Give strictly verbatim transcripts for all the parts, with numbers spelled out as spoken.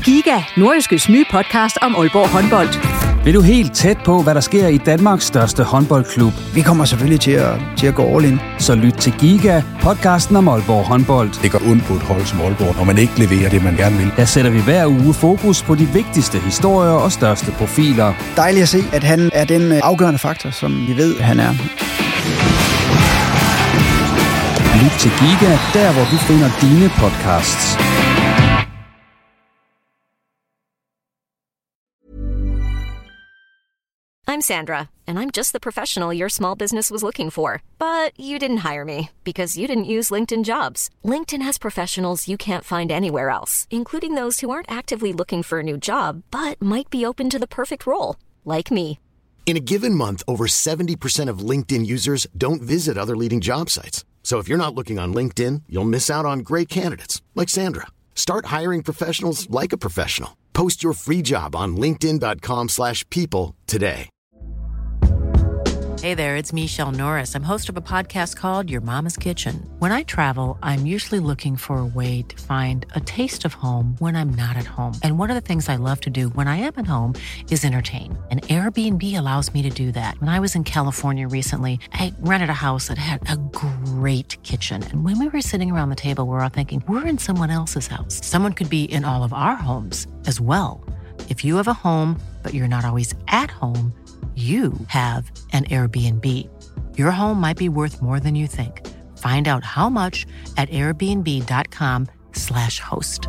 Giga, Nordjyskes nye podcast om Aalborg håndbold. Vil du helt tæt på, hvad der sker i Danmarks største håndboldklub? Vi kommer selvfølgelig til at, til at gå all in. Så lyt til Giga, podcasten om Aalborg håndbold. Det går ondt på et hold som Aalborg, når man ikke leverer det, man gerne vil. Der sætter vi hver uge fokus på de vigtigste historier og største profiler. Dejligt at se, at han er den afgørende faktor, som vi ved, han er. Lyt til Giga, der hvor du finder dine podcasts. I'm Sandra, and I'm just the professional your small business was looking for. But you didn't hire me because you didn't use LinkedIn Jobs. LinkedIn has professionals you can't find anywhere else, including those who aren't actively looking for a new job, but might be open to the perfect role, like me. In a given month, over seventy percent of LinkedIn users don't visit other leading job sites. So if you're not looking on LinkedIn, you'll miss out on great candidates like Sandra. Start hiring professionals like a professional. Post your free job on linkedin dot com slash people today. Hey there, it's Michelle Norris. I'm host of a podcast called Your Mama's Kitchen. When I travel, I'm usually looking for a way to find a taste of home when I'm not at home. And one of the things I love to do when I am at home is entertain. And Airbnb allows me to do that. When I was in California recently, I rented a house that had a great kitchen. And when we were sitting around the table, we were all thinking, we're in someone else's house. Someone could be in all of our homes as well. If you have a home, but you're not always at home, you have an Airbnb. Your home might be worth more than you think. Find out how much at airbnb dot com slash host.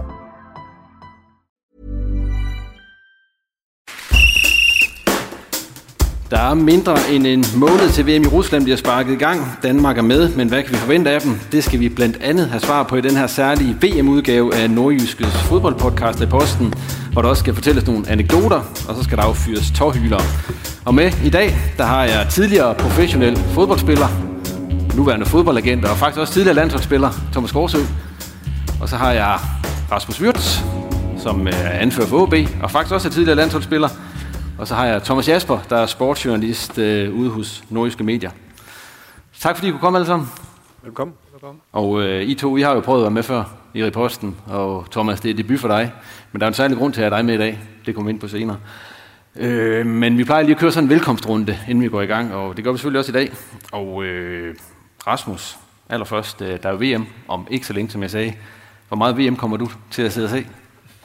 Der er mindre end en måned til V M i Rusland bliver sparket i gang. Danmark er med, men hvad kan vi forvente af dem? Det skal vi blandt andet have svar på i den her særlige V M-udgave af Nordjyskes fodboldpodcast i Posten, hvor der også skal fortælles nogle anekdoter, og så skal der affyres tårhylere. Og med i dag, der har jeg tidligere professionel fodboldspiller, nuværende fodboldagent og faktisk også tidligere landsholdsspiller, Thomas Korsø. Og så har jeg Rasmus Wirtz, som er anfører for A B, og faktisk også er tidligere landsholdsspiller. Og så har jeg Thomas Jasper, der er sportsjournalist øh, ude hos Nordjyske Medier. Tak fordi I kunne komme alle sammen. Velkommen. Velkommen. Og øh, I to, I har jo prøvet at være med før i Posten, og Thomas, det er debut for dig. Men der er en særlig grund til at have dig med i dag. Det kommer vi ind på senere. Øh, men vi plejer lige at køre sådan en velkomstrunde, inden vi går i gang, og det gør vi selvfølgelig også i dag. Og øh, Rasmus, allerførst, øh, der er jo V M om ikke så længe, som jeg sagde. Hvor meget V M kommer du til at sidde og se?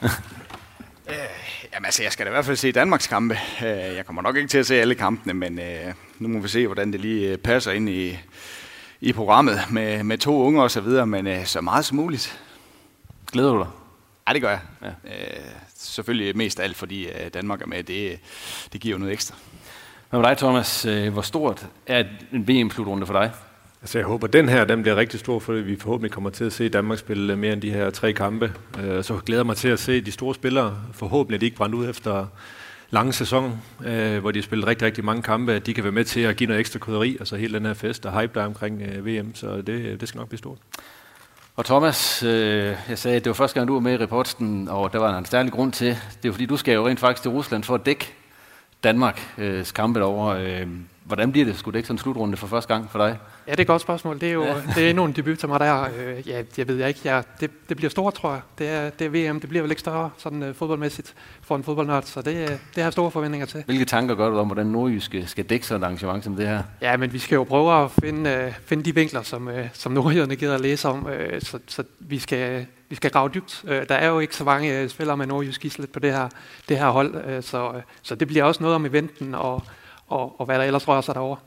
Jamen altså, jeg skal da i hvert fald se Danmarks kampe. Jeg kommer nok ikke til at se alle kampene, men øh, nu må vi se, hvordan det lige passer ind i, i programmet med, med to unge og så videre, men øh, så meget som muligt. Glæder du dig? Ja, det gør jeg. Ja. Øh, selvfølgelig mest af alt, fordi øh, Danmark er med. Det, det giver jo noget ekstra. Men med dig, Thomas, øh, hvor stort er en V M-slutrunde for dig? Altså jeg håber, at den her den bliver rigtig stor, fordi vi forhåbentlig kommer til at se Danmark spille mere end de her tre kampe. Så glæder jeg mig til at se de store spillere. Forhåbentlig er de ikke brændt ud efter lange sæson, hvor de har spillet rigtig, rigtig mange kampe. At de kan være med til at give noget ekstra krydderi, altså hele den her fest og hype der omkring V M. Så det, det skal nok blive stort. Og Thomas, øh, jeg sagde, at det var første gang, du var med i Posten, og der var en særlig grund til. Det er fordi, du skal jo rent faktisk til Rusland for at dække Danmarks kampe derovre. Hvordan bliver det? Skulle det ikke sådan en slutrunde for første gang for dig? Ja, det er et godt spørgsmål. Det er jo ja. det er endnu en debut til mig der. Øh, ja, jeg ved jeg ikke. Ja, det, det bliver stort, tror jeg. Det er, det er V M. Det bliver vel ikke større sådan uh, fodboldmæssigt for en fodboldnørd, så det, det har jeg store forventninger til. Hvilke tanker gør du om, hvordan Nordjyske skal dække sådan et arrangement som det her? Ja, men vi skal jo prøve at finde, uh, finde de vinkler, som, uh, som nordjyderne gider at læse om, uh, så, så vi skal... Vi skal grave dybt. Uh, der er jo ikke så mange uh, spillere med nordjysk islet på det her, det her hold, uh, så, uh, så det bliver også noget om eventen og, og, og hvad der ellers rører sig derovre.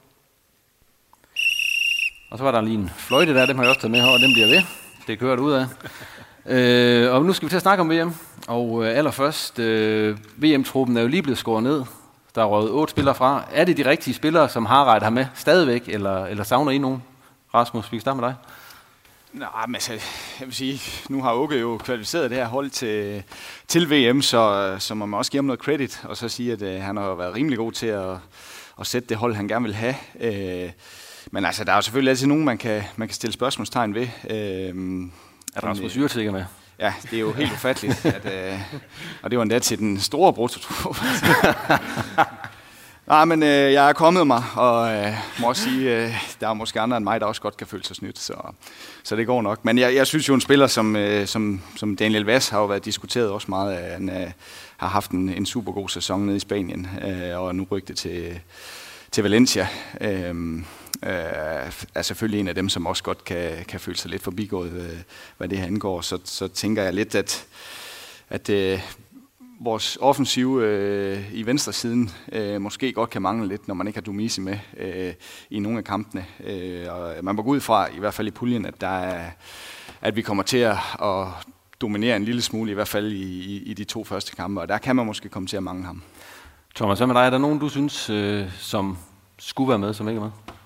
Og så var der lige en fløjte der, dem har jeg også taget med her, og den bliver ved. Det kører det ud af. øh, og nu skal vi til at snakke om V M. Og øh, allerførst, øh, V M-truppen er jo lige blevet skåret ned. Der er røget otte spillere fra. Er det de rigtige spillere, som har regnet her med stadigvæk, eller, eller savner I nogen? Rasmus, vi kan starte med dig. Nej, men altså, jeg vil sige, nu har Åke jo kvalificeret det her hold til, til V M, så, så må man også give ham noget credit, og så sige, at øh, han har været rimelig god til at, at sætte det hold, han gerne vil have. Øh, men altså, der er jo selvfølgelig altid nogen, man kan, man kan stille spørgsmålstegn ved. Øh, er Rasmus Wirtz sikker med? Ja, det er jo helt ufatteligt, at, øh, og det var endda til den store brutto. Ah, men øh, jeg er kommet mig, og øh, må også sige, øh, der er måske andre end mig, der også godt kan føle sig snydt, så, så det går nok. Men jeg, jeg synes jo, en spiller som, øh, som, som Daniel Vaz har jo været diskuteret også meget. Han øh, har haft en, en super god sæson nede i Spanien, øh, og nu rykket til, til Valencia. Øh, øh, er selvfølgelig en af dem, som også godt kan, kan føle sig lidt forbigået, øh, hvad det her angår. Så, så tænker jeg lidt, at, at øh, vores offensiv øh, i venstre siden øh, måske godt kan mangle lidt, når man ikke har Dumisi med øh, i nogle af kampene. Øh, og man må gå ud fra, i hvert fald i puljen, at, der er, at vi kommer til at, at dominere en lille smule, i hvert fald i, i, i de to første kampe, og der kan man måske komme til at mangle ham. Thomas, hvad med dig? Er der nogen, du synes, øh, som skulle være med, som ikke er med?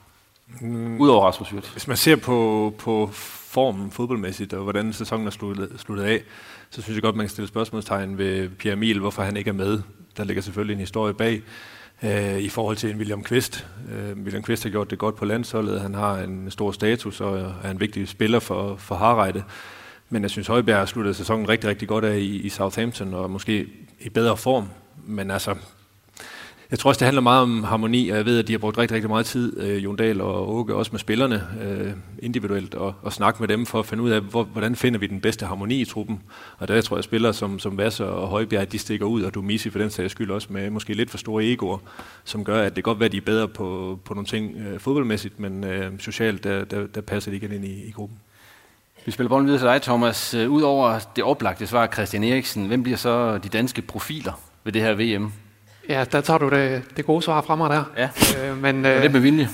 Mm. Udover Rasmus Wirth. Hvis man ser på, på formen fodboldmæssigt, og hvordan sæsonen er sluttet, sluttet af, så synes jeg godt, man kan stille spørgsmålstegn ved Pierre Emil, hvorfor han ikke er med. Der ligger selvfølgelig en historie bag øh, i forhold til en William Kvist. Øh, William Kvist har gjort det godt på landsholdet. Han har en stor status og er en vigtig spiller for, for Harreide. Men jeg synes, Højbjerg har sluttet sæsonen rigtig, rigtig godt af i, i Southampton, og måske i bedre form. Men altså, jeg tror også, det handler meget om harmoni, og jeg ved, at de har brugt rigtig, rigtig meget tid, øh, Jon Dahl og Åke, også med spillerne øh, individuelt, og, og snakke med dem for at finde ud af, hvor, hvordan finder vi den bedste harmoni i truppen. Og der tror jeg, at spillere som, som Vasser og Højbjerg, de stikker ud, og Dumisi for den sags skyld også med måske lidt for store egoer, som gør, at det godt være, at de er bedre på, på nogle ting øh, fodboldmæssigt, men øh, socialt, der, der, der passer de igen ind i, i gruppen. Vi spiller bolden videre til dig, Thomas. Udover det oplagte svar Christian Eriksen, hvem bliver så de danske profiler ved det her V M? Ja, der tager du det, det gode svar fra mig der. Ja, øh, men, øh, lidt med vilje.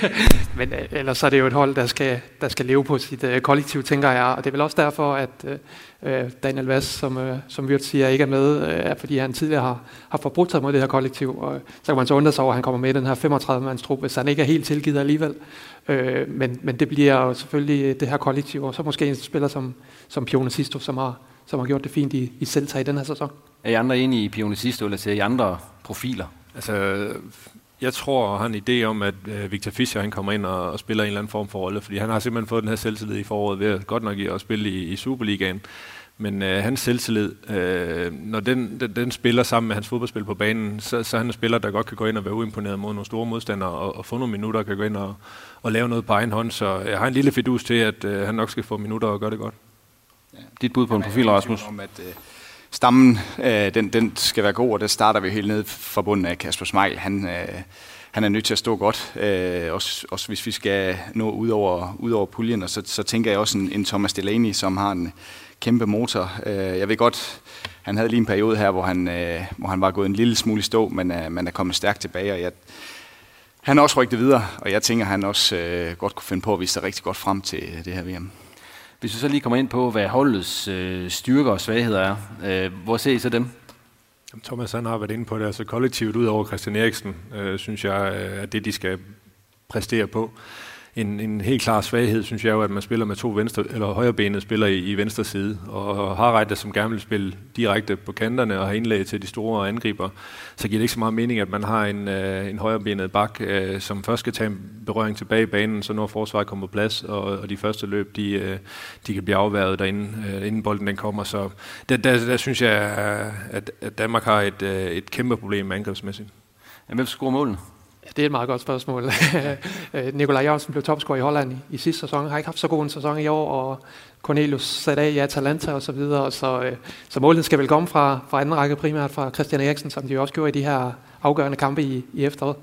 men øh, ellers er det jo et hold, der skal, der skal leve på sit øh, kollektiv, tænker jeg. Og det er vel også derfor, at øh, Daniel Vaz, som, øh, som Wirth siger, ikke er med, øh, er fordi han tidligere har, har forbrudt sig mod det her kollektiv. Og så kan man så undre sig over, at han kommer med i den her femogtredive-mands trup, hvis han ikke er helt tilgivet alligevel. Øh, men, men det bliver jo selvfølgelig det her kollektiv, og så måske en spiller som, som Pionicisto, som har, som har gjort det fint i, i Celta i den her sæson. Er I andre enige i Pionicisto, eller ser I andre profiler? Altså, jeg tror, han har en idé om, at øh, Victor Fischer han kommer ind og, og spiller en eller anden form for rolle, fordi han har simpelthen fået den her selvtillid i foråret ved at godt nok at spille i, i Superligaen. Men øh, hans selvtillid, øh, når den, den, den spiller sammen med hans fodboldspil på banen, så, så er han en spiller, der godt kan gå ind og være uimponeret mod nogle store modstandere og, og få nogle minutter og kan gå ind og, og lave noget på egen hånd. Så jeg har en lille fidus til, at øh, han nok skal få minutter og gøre det godt. Ja. Dit bud på en profil, Rasmus? Om, at, øh, stammen, øh, den, den skal være god, og det starter vi helt ned fra bunden af. Kasper Schmeichel. Han, øh, han er nødt til at stå godt, øh, også, også hvis vi skal nå ud over, ud over puljen. Og så, så tænker jeg også en, en Thomas Delaney, som har en kæmpe motor. Øh, jeg ved godt, han havde lige en periode her, hvor han, øh, hvor han var gået en lille smule i stå, men øh, man er kommet stærkt tilbage. Og jeg, han er også rykket videre, og jeg tænker, at han også øh, godt kunne finde på at vise sig rigtig godt frem til det her V M. Hvis vi så lige kommer ind på, hvad holdets øh, styrker og svagheder er, øh, hvor ser I så dem? Thomas han har været inde på det, altså kollektivet ud over Christian Eriksen, øh, synes jeg, er det, de skal præstere på. En, en helt klar svaghed, synes jeg jo, at man spiller med to venstre, eller højrebenede spillere i, i venstre side, og Harreide, som gerne vil spille direkte på kanterne og har indlæg til de store angriber, så giver det ikke så meget mening, at man har en, øh, en højrebenet bak, øh, som først skal tage en berøring tilbage i banen, så når forsvaret kommer på plads, og, og de første løb, de, øh, de kan blive afværget derinde, øh, inden bolden den kommer. Så der, der, der synes jeg, at, at Danmark har et, øh, et kæmpe problem angrebsmæssigt. Hvem vil score målene? Det er et meget godt spørgsmål. Nikolaj Jørgensen blev topscorer i Holland i, i sidste sæson. Har ikke haft så god en sæson i år, og Cornelius sat af i Atalanta og så videre. Så, øh, så målet skal vel komme fra, fra anden række, primært fra Christian Eriksen, som de jo også gjorde i de her afgørende kampe i, i efteråret.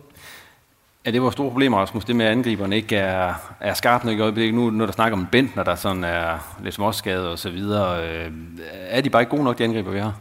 Ja, det var et stort problem, Rasmus, det med, at angriberne ikke er, er skarpt nok i øjeblikket. Nu, når der snakker om Bentner, der sådan er lidt småskadet og så videre, øh, er de bare ikke gode nok, de angriber, vi har?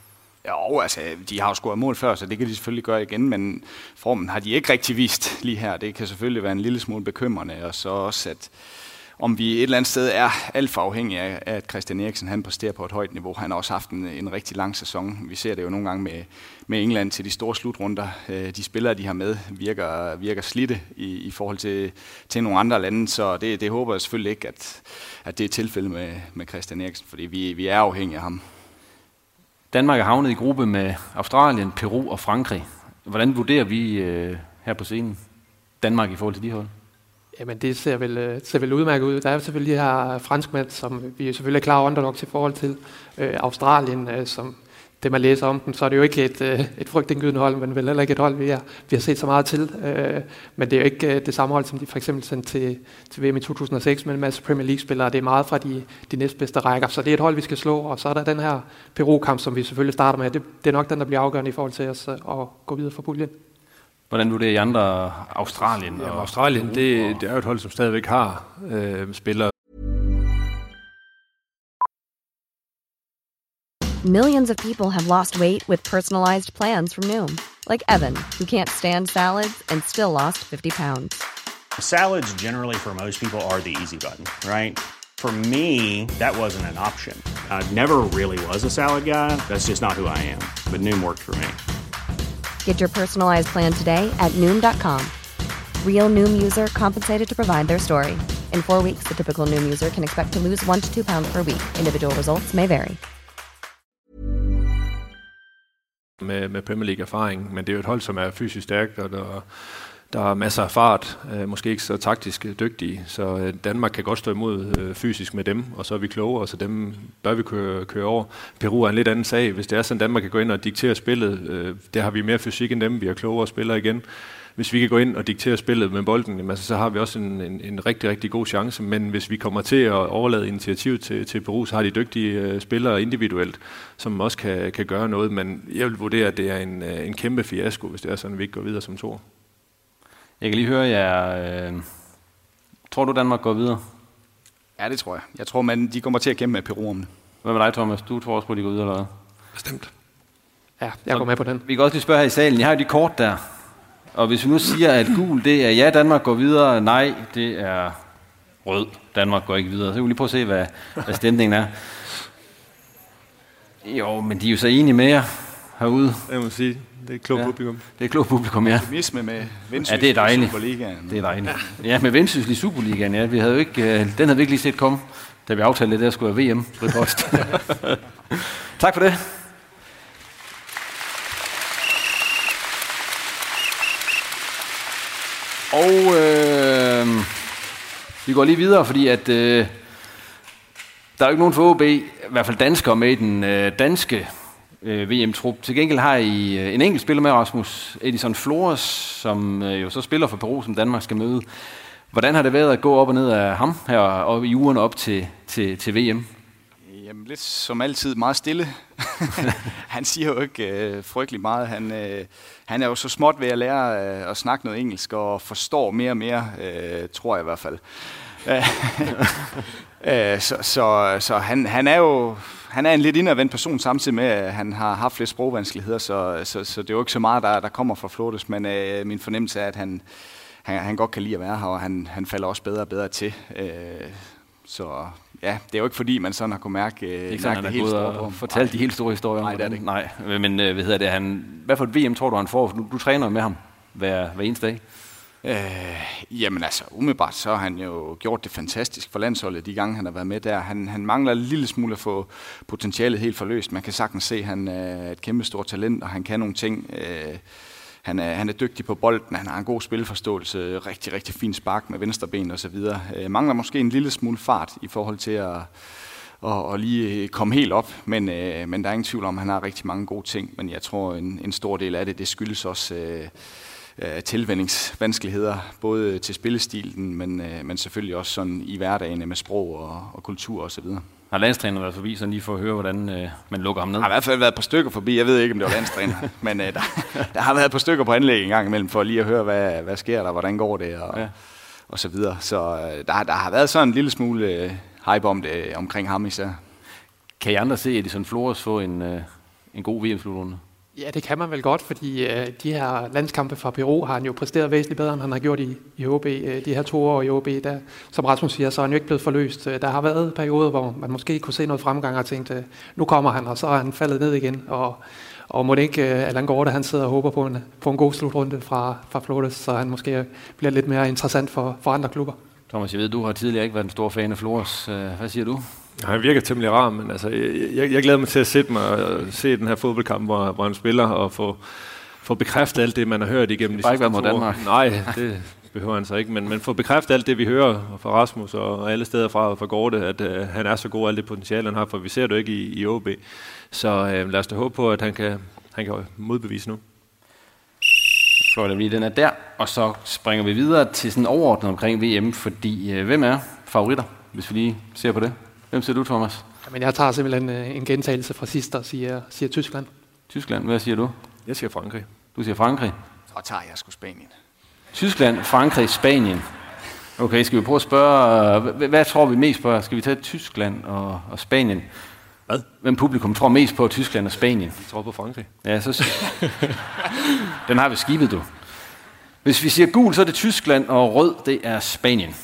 Jo, altså, de har jo scoret mål før, så det kan de selvfølgelig gøre igen, men formen har de ikke rigtig vist lige her. Det kan selvfølgelig være en lille smule bekymrende, og så også, at om vi et eller andet sted er alt for afhængige af, at Christian Eriksen han præsterer på et højt niveau. Han har også haft en, en rigtig lang sæson. Vi ser det jo nogle gange med, med England til de store slutrunder. De spillere, de har med, virker, virker slidte i, i forhold til, til nogle andre lande, så det, det håber jeg selvfølgelig ikke, at, at det er tilfældet med, med Christian Eriksen, fordi vi, vi er afhængige af ham. Danmark er havnet i gruppe med Australien, Peru og Frankrig. Hvordan vurderer vi øh, her på scenen Danmark i forhold til de hold? Jamen det ser vel, ser vel udmærket ud. Der er selvfølgelig de her franskmænd, som vi selvfølgelig er klare underdogs i forhold til. Øh, Australien, øh, som det man læser om dem, så er det jo ikke et, øh, et frygtindgydende hold, men vel heller ikke et hold, vi har, vi har set så meget til. Øh, men det er jo ikke øh, det samme hold, som de for eksempel sendte til, til V M i to tusind og seks med en masse Premier League-spillere. Det er meget fra de, de næstbedste rækker, så det er et hold, vi skal slå. Og så er der den her Peru-kamp, som vi selvfølgelig starter med. Det, det er nok den, der bliver afgørende i forhold til os øh, at gå videre fra puljen. Hvordan vurderer I andre Australien? Ja, Australien, det, det er jo et hold, som stadigvæk har øh, spillere. Millions of people have lost weight with personalized plans from Noom. Like Evan, who can't stand salads and still lost fifty pounds. Salads generally for most people are the easy button, right? For me, that wasn't an option. I never really was a salad guy. That's just not who I am. But Noom worked for me. Get your personalized plan today at Noom dot com. Real Noom user compensated to provide their story. In four weeks, the typical Noom user can expect to lose one to two pounds per week. Individual results may vary. Med, med Premier League-erfaring, men det er jo et hold, som er fysisk stærkt, og der, der er masser af fart, øh, måske ikke så taktisk dygtige, så øh, Danmark kan godt stå imod øh, fysisk med dem, og så er vi klogere, så dem bør vi køre, køre over. Peru er en lidt anden sag. Hvis det er sådan, Danmark kan gå ind og diktere spillet, øh, der har vi mere fysik end dem, vi er klogere spillere igen. Hvis vi kan gå ind og diktere spillet med bolden, jamen, så har vi også en, en, en rigtig, rigtig god chance. Men hvis vi kommer til at overlade initiativ til, til Peru, så har de dygtige uh, spillere individuelt, som også kan, kan gøre noget. Men jeg vil vurdere, at det er en, uh, en kæmpe fiasko, hvis det er sådan, vi ikke går videre som to. Jeg kan lige høre jer. Øh, tror du, Danmark går videre? Ja, det tror jeg. Jeg tror, man de kommer til at kæmpe med Peru om det. Hvad med dig, Thomas? Du tror også på, at de går videre, eller hvad? Bestemt. Ja, jeg går med på den. Vi kan også lige spørge her i salen. Jeg har jo de kort der. Og hvis vi nu siger, at gul, det er ja, Danmark går videre, nej, det er rød, Danmark går ikke videre. Så kan vi lige prøve at se, hvad, hvad stemningen er. Jo, men de er jo så enige med jer herude. Jeg må sige, det er et klogt ja, publikum. Det er et klogt publikum, ja. Optimisme med Vendsyssel ja, det er dejligt. Superligaen. Det er dejligt. Ja, med Vendsyssel i Superligaen, ja. Vi havde jo ikke, den havde vi ikke lige set komme, da vi aftalte, at der skulle være V M-repost. Tak for det. Og øh, vi går lige videre, fordi at øh, der er jo ikke nogen for O B, i hvert fald danskere med i den øh, danske øh, V M-trup. Til gengæld har I øh, en enkelt spiller med, Rasmus Edison Flores, som øh, jo så spiller for Peru, som Danmark skal møde. Hvordan har det været at gå op og ned af ham her og i ugerne op til, til, til V M? Jamen lidt som altid meget stille. Han siger jo ikke øh, frygtelig meget. Han, øh, han er jo så småt ved at lære øh, at snakke noget engelsk og forstår mere og mere, øh, tror jeg i hvert fald. øh, så så, så han, han er jo han er en lidt indadvendt person, samtidig med at han har haft lidt sprogvanskeligheder, så, så, så det er jo ikke så meget, der, der kommer fra Flores, men øh, min fornemmelse er, at han, han, han godt kan lide at være her, og han, han falder også bedre og bedre til. Øh, så ja, det er jo ikke fordi, man sådan har kunnet mærke, øh, ikke sådan, mærke det helt store på. Fortalt de helt store historier om Nej, det er det ikke. Nej, men øh, hvad hedder det? Han, hvad for et V M tror du, han får? Du, du træner med ham hver, hver eneste dag. Øh, jamen altså, umiddelbart så har han jo gjort det fantastisk for landsholdet, de gange han har været med der. Han, han mangler en lille smule at få potentialet helt forløst. Man kan sagtens se, at han er et kæmpe stort talent, og han kan nogle ting. Øh, han, er, han er dygtig på bolden, han har en god spilforståelse, rigtig, rigtig fin spark med venstreben og så videre. Øh, mangler måske en lille smule fart i forhold til at og, og lige komme helt op, men, øh, men der er ingen tvivl om, at han har rigtig mange gode ting. Men jeg tror, en, en stor del af det, det skyldes også øh, tilvændingsvanskeligheder, både til spillestilen, men, øh, men selvfølgelig også sådan i hverdagen med sprog og, og kultur og så videre. Har landstræneren været forbi, så lige for at høre, hvordan øh, man lukker ham ned? Der har i hvert fald været et par stykker forbi. Jeg ved ikke, om det var landstræner, men øh, der, der har været et par stykker på anlæg en gang imellem, for lige at høre, hvad, hvad sker der, hvordan går det, og, ja. og så videre. Så øh, der, der har været sådan en lille smule øh, hype om det, omkring ham især. Kan I andre se Edison Flores få en, øh, en god V M-slutrunde? Ja, det kan man vel godt, fordi øh, de her landskampe fra Peru har han jo præsteret væsentligt bedre, end han har gjort i, i O B. Øh, de her to år i O B, der, som Rasmus siger, så er han jo ikke blevet forløst. Der har været perioder, hvor man måske kunne se noget fremgang og tænkte, nu kommer han, og så er han faldet ned igen. Og, og må det ikke, uh, Allan Gorte, han sidder og håber på en, på en god slutrunde fra, fra Flores, så han måske bliver lidt mere interessant for, for andre klubber. Thomas, jeg ved, du har tidligere ikke været en stor fan af Flores. Hvad siger du? Han virker temmelig rar, men altså, jeg, jeg, jeg glæder mig til at sætte mig og se den her fodboldkamp, hvor, hvor han spiller, og få, få bekræftet alt det, man har hørt igennem de sidste to år. Nej, det, behøver han sig ikke, men, men få bekræftet alt det, vi hører fra Rasmus og alle steder fra, fra Gorte, at øh, han er så god, alt det potentiale, han har, for vi ser det jo ikke i, i O B. Så øh, lad os da håbe på, at han kan, han kan modbevise nu. Fløjter vi den er der, og så springer vi videre til sådan overordnet omkring V M, fordi øh, hvem er favoritter, hvis vi lige ser på det? Hvem ser du, Thomas? Jamen, jeg tager simpelthen øh, en gentagelse fra sidst og siger, siger Tyskland. Tyskland, hvad siger du? Jeg siger Frankrig. Du siger Frankrig? Så tager jeg sgu Spanien. Tyskland, Frankrig, Spanien. Okay, skal vi prøve at spørge, hvad, hvad tror vi mest på? Skal vi tage Tyskland og, og Spanien? Hvad? Hvem publikum tror mest på Tyskland og Spanien? Jeg tror på Frankrig. Ja, så den har vi skibet, du. Hvis vi siger gul, så er det Tyskland, og rød, det er Spanien.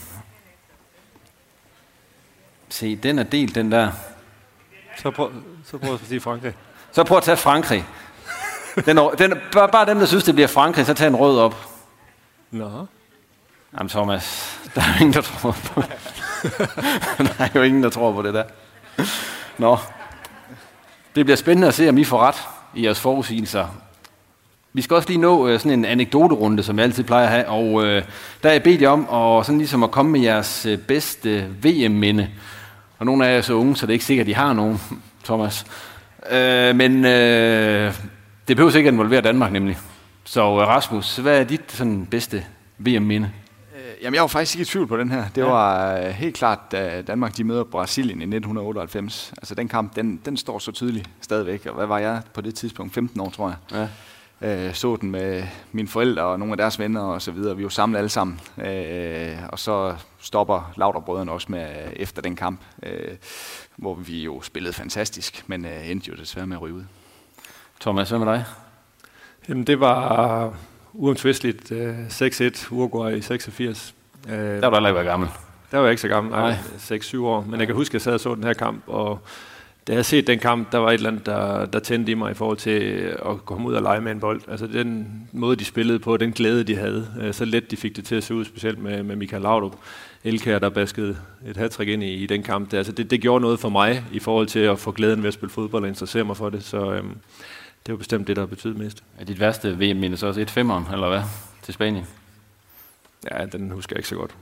Se, den er delt, den der. Så prøv, så prøv at sige Frankrig. Så prøv at tage Frankrig. Den er, den er, bare, bare dem, der synes, det bliver Frankrig, så tag en rød op. Nå. Jamen Thomas, der er ingen, der tror på det. Der er jo ingen, der tror på det der. Nå. Det bliver spændende at se, om I får ret i jeres forudsigelser. Vi skal også lige nå øh, sådan en anekdoterunde, som jeg altid plejer at have, og øh, der er jeg bedt jer om og sådan ligesom at komme med jeres øh, bedste V M-minde. Og nogle af jer er så unge, så det er ikke sikkert, at de har nogen, Thomas. Øh, men øh, det behøver sikkert at involvere Danmark nemlig. Så øh, Rasmus, hvad er dit sådan bedste V M-minde? Jamen, jeg var faktisk ikke i tvivl på den her. Det ja. var uh, helt klart, da Danmark de møder Brasilien i nitten otteoghalvfems. Altså, den kamp, den, den står så tydeligt stadigvæk. Og hvad var jeg på det tidspunkt? femten år, tror jeg. Ja. Uh, så den med mine forældre og nogle af deres venner og så videre. Vi var samlet alle sammen. Uh, og så stopper Lauterbrødrene også med uh, efter den kamp, uh, hvor vi jo spillede fantastisk, men uh, endte jo desværre med at ryge ud. Thomas, hvad med dig? Jamen, det var uomtvisteligt uh, seks et Uruguay i seksogfirs. Uh, der var du aldrig været gammel. Der var jeg ikke så gammel, nej, seks syv år. Men jeg kan huske, at jeg sad og så den her kamp, og da jeg set den kamp, der var et eller andet, der, der tændte i mig i forhold til at komme ud og lege med en bold. Altså den måde, de spillede på, den glæde, de havde. Uh, så let de fik det til at se ud, specielt med, med Michael Laudrup. Elkjær, der baskede et hattrick ind i, i den kamp. Det, altså det, det gjorde noget for mig i forhold til at få glæden ved at spille fodbold og interessere mig for det. Så øhm, det var bestemt det, der betyder mest. Er dit værste V M-minde så også et femmeren, eller hvad, til Spanien? Ja, den husker jeg ikke så godt.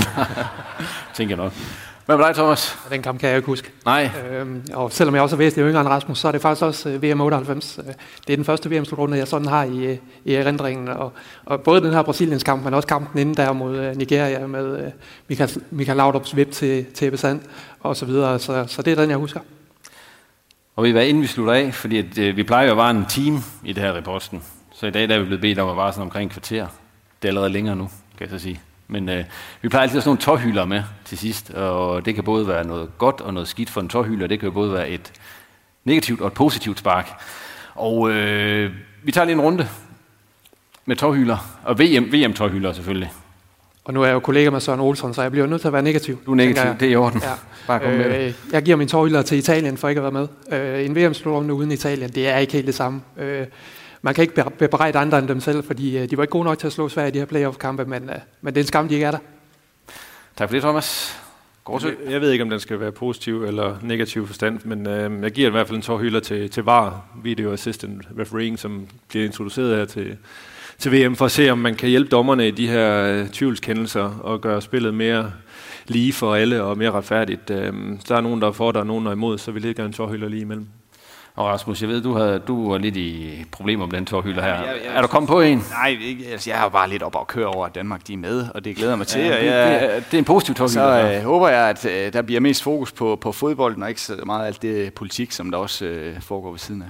Tænker jeg nok. Hvad med dig, Thomas? Den kamp kan jeg ikke huske. Nej. Øhm, og selvom jeg også er væsentligt yngre end Rasmus, så er det faktisk også uh, V M otteoghalvfems. Uh, det er den første V M-slutrunde, jeg sådan har i, i erindringen. Og, og både den her Brasiliens kamp, men også kampen inden der mod uh, Nigeria med uh, Michael, Michael Laudrups vip til, til Ebbe Sand og så videre. Så, så det er den, jeg husker. Og vi var inden vi slutter af, fordi at, øh, vi plejer jo at være en team i det her reposten. Så i dag der er vi blevet bedt om at være sådan omkring kvarter. Det er allerede længere nu, kan jeg så sige. Men øh, vi plejer altid at have sådan nogle tårhylder med til sidst, og det kan både være noget godt og noget skidt for en tårhylder. Det kan jo både være et negativt og et positivt spark. Og øh, vi tager lige en runde med tårhylder, og V M, V M-tårhylder selvfølgelig. Og nu er jeg jo kollega med Søren Olsson, så jeg bliver nødt til at være negativ. Du er negativ, det er i orden. Ja. Bare kom med øh, jeg giver min tårhylder til Italien for ikke at være med. Øh, en V M-slutrunde uden Italien, det er ikke helt det samme. Øh, man kan ikke bebrejde andre end dem selv, fordi øh, de var ikke gode nok til at slå Sverige i de her playoff-kampe, men, øh, men det er en skam, de ikke er der. Tak for det, Thomas. Jeg, jeg ved ikke, om den skal være positiv eller negativ forstand, men øh, jeg giver i hvert fald en tårhylder til, til V A R, Video Assistant Refereeing, som bliver introduceret her til, til V M, for at se, om man kan hjælpe dommerne i de her øh, tvivlskendelser og gøre spillet mere lige for alle og mere retfærdigt. Øh, der er nogen, der er for, der er nogen, der er imod, så vi lægger en tårhylder lige imellem. Og Rasmus, jeg ved, du havde du var lidt i problemer med den tårhylder her. Jeg, jeg, er du kommet på en? Nej, ikke, altså, jeg er bare lidt op og køre over, at Danmark de er med, og det glæder mig til. Ja, det, jeg, det, er, det er en positiv tårhylder. Så øh, håber jeg, at øh, der bliver mest fokus på, på fodbolden, og ikke så meget alt det politik, som der også øh, foregår ved siden af.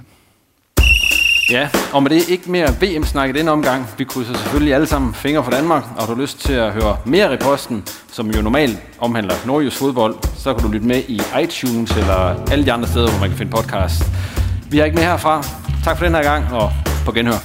Ja, og med det ikke mere V M-snak i denne omgang. Vi krydser selvfølgelig alle sammen fingre for Danmark, og har du lyst til at høre mere i posten, som jo normalt omhandler nordjysk fodbold, så kan du lytte med i iTunes eller alle de andre steder, hvor man kan finde podcast. Vi har ikke mere herfra. Tak for den her gang, og på genhør.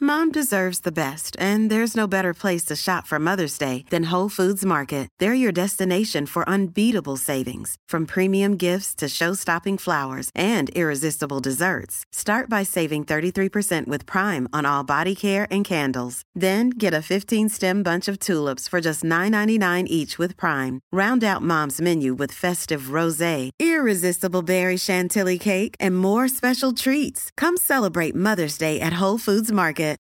Mom deserves the best, and there's no better place to shop for Mother's Day than Whole Foods Market. They're your destination for unbeatable savings, from premium gifts to show-stopping flowers and irresistible desserts. Start by saving thirty-three percent with Prime on all body care and candles. Then get a fifteen-stem bunch of tulips for just nine ninety-nine each with Prime. Round out Mom's menu with festive rosé, irresistible berry chantilly cake, and more special treats. Come celebrate Mother's Day at Whole Foods Market.